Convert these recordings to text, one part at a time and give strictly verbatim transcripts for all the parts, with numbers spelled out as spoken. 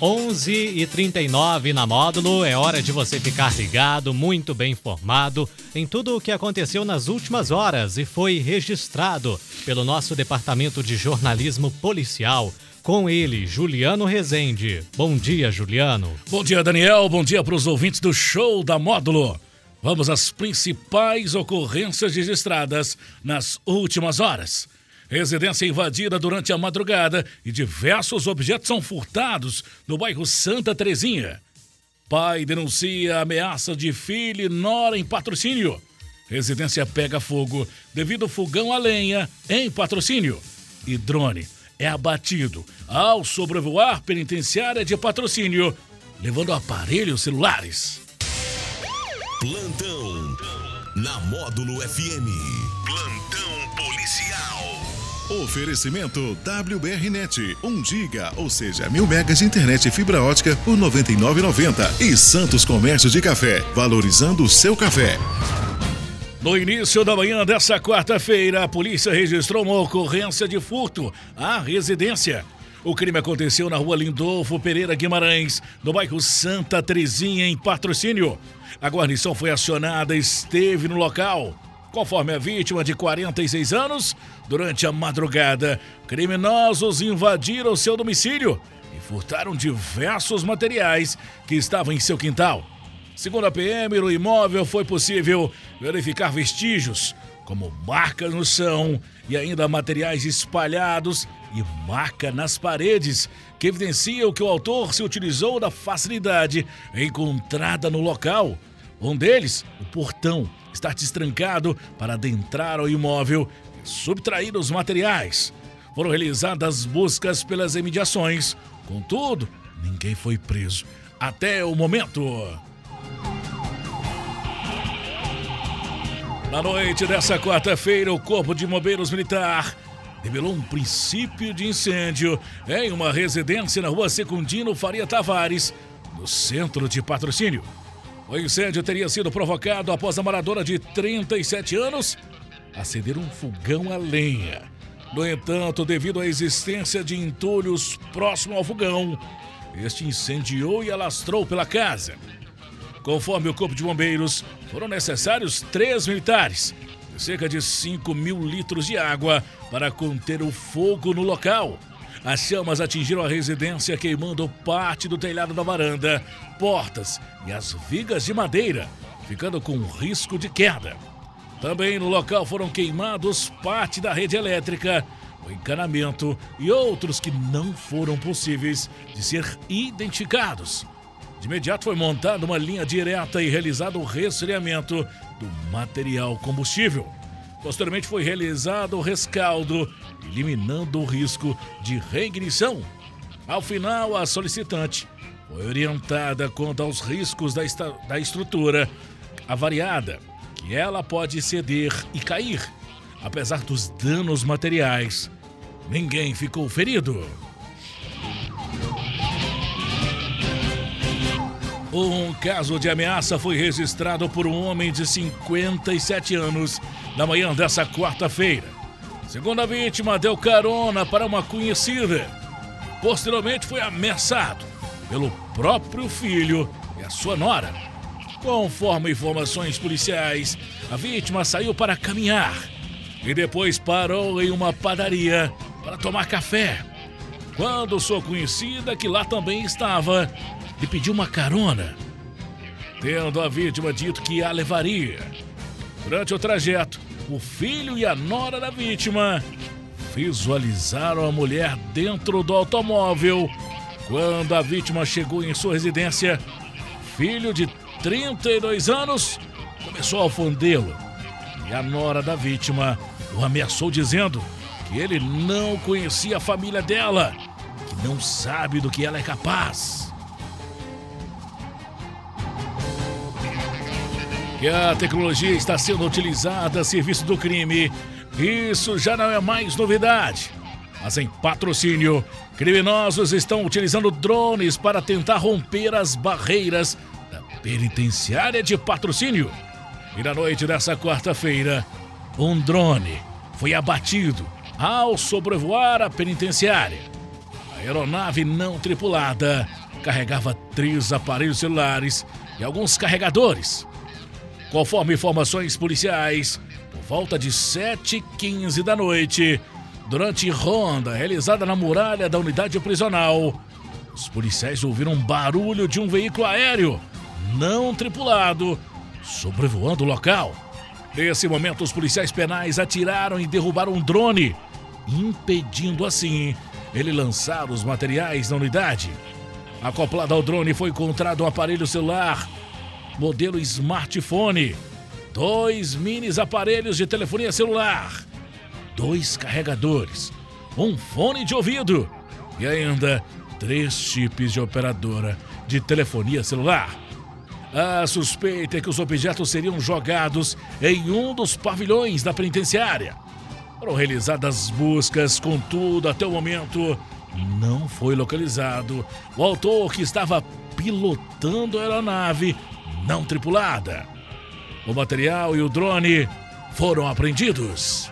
onze e trinta e nove na Módulo, é hora de você ficar ligado, muito bem informado em tudo o que aconteceu nas últimas horas e foi registrado pelo nosso Departamento de Jornalismo Policial. Com ele, Juliano Rezende. Bom dia, Juliano. Bom dia, Daniel. Bom dia para os ouvintes do Show da Módulo. Vamos às principais ocorrências registradas nas últimas horas. Residência invadida durante a madrugada e diversos objetos são furtados no bairro Santa Terezinha. Pai denuncia ameaça de filho e nora em Patrocínio. Residência pega fogo devido ao fogão a lenha em Patrocínio. E drone é abatido ao sobrevoar penitenciária de Patrocínio, levando aparelhos celulares. Plantão na Módulo F M. Plantão policial. Oferecimento W B R Net, um giga, ou seja, mil megas de internet e fibra ótica por noventa e nove reais e noventa centavos. E Santos Comércio de Café, valorizando o seu café. No início da manhã dessa quarta-feira, a polícia registrou uma ocorrência de furto à residência. O crime aconteceu na rua Lindolfo Pereira Guimarães, no bairro Santa Terezinha, em Patrocínio. A guarnição foi acionada e esteve no local. Conforme a vítima, de quarenta e seis anos, durante a madrugada, criminosos invadiram seu domicílio e furtaram diversos materiais que estavam em seu quintal. Segundo a P M, no imóvel foi possível verificar vestígios, como marcas no chão e ainda materiais espalhados e marca nas paredes, que evidenciam que o autor se utilizou da facilidade encontrada no local. Um deles, o portão, está destrancado para adentrar ao imóvel e subtrair os materiais. Foram realizadas buscas pelas imediações, contudo, ninguém foi preso até o momento. Na noite dessa quarta-feira, o Corpo de Bombeiros Militar revelou um princípio de incêndio em uma residência na rua Secundino Faria Tavares, no centro de Patrocínio. O incêndio teria sido provocado após a moradora de trinta e sete anos acender um fogão a lenha. No entanto, devido à existência de entulhos próximo ao fogão, este incendiou e alastrou pela casa. Conforme o Corpo de Bombeiros, foram necessários três militares e cerca de cinco mil litros de água para conter o fogo no local. As chamas atingiram a residência, queimando parte do telhado da varanda, portas e as vigas de madeira, ficando com risco de queda. Também no local foram queimados parte da rede elétrica, o encanamento e outros que não foram possíveis de ser identificados. De imediato foi montada uma linha direta e realizado o resfriamento do material combustível. Posteriormente foi realizado o rescaldo, eliminando o risco de reignição. Ao final, a solicitante foi orientada quanto aos riscos da, esta, da estrutura avariada, que ela pode ceder e cair. Apesar dos danos materiais, ninguém ficou ferido. Um caso de ameaça foi registrado por um homem de cinquenta e sete anos na manhã dessa quarta-feira. Segundo a vítima, deu carona para uma conhecida. Posteriormente foi ameaçado pelo próprio filho e a sua nora. Conforme informações policiais, a vítima saiu para caminhar e depois parou em uma padaria para tomar café. Quando sua conhecida, que lá também estava, lhe pediu uma carona, tendo a vítima dito que a levaria. Durante o trajeto, o filho e a nora da vítima visualizaram a mulher dentro do automóvel. Quando a vítima chegou em sua residência, o filho de trinta e dois anos começou a ofendê-lo. E a nora da vítima o ameaçou dizendo que ele não conhecia a família dela, que não sabe do que ela é capaz. Que a tecnologia está sendo utilizada a serviço do crime, isso já não é mais novidade. Mas em Patrocínio, criminosos estão utilizando drones para tentar romper as barreiras da penitenciária de Patrocínio. E na noite dessa quarta-feira, um drone foi abatido ao sobrevoar a penitenciária. A aeronave não tripulada carregava três aparelhos celulares e alguns carregadores. Conforme informações policiais, por volta de sete e quinze da noite, durante ronda realizada na muralha da unidade prisional, os policiais ouviram um barulho de um veículo aéreo não tripulado sobrevoando o local. Nesse momento, os policiais penais atiraram e derrubaram um drone, impedindo assim ele lançar os materiais na unidade. Acoplado ao drone foi encontrado um aparelho celular modelo smartphone, dois minis aparelhos de telefonia celular, dois carregadores, um fone de ouvido e ainda três chips de operadora de telefonia celular. A suspeita é que os objetos seriam jogados em um dos pavilhões da penitenciária. Foram realizadas buscas, contudo, até o momento não foi localizado o autor que estava pilotando a aeronave não tripulada. O material e o drone foram apreendidos.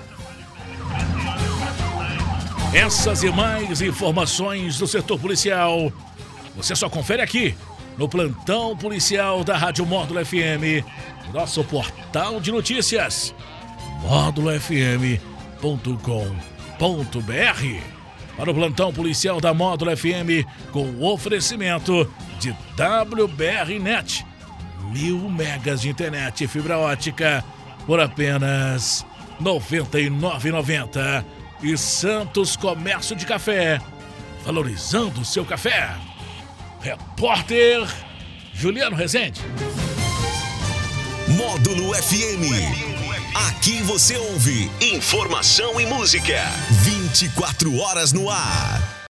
Essas e mais informações do setor policial você só confere aqui no Plantão Policial da Rádio Módulo F M, nosso portal de notícias, módulo f m ponto com ponto b r. Para o Plantão Policial da Módulo F M, com o oferecimento de W B R Net, mil megas de internet e fibra ótica por apenas noventa e nove reais e noventa centavos. E Santos Comércio de Café, valorizando o seu café. Repórter Juliano Rezende. Módulo F M. Aqui você ouve informação e música. vinte e quatro horas no ar.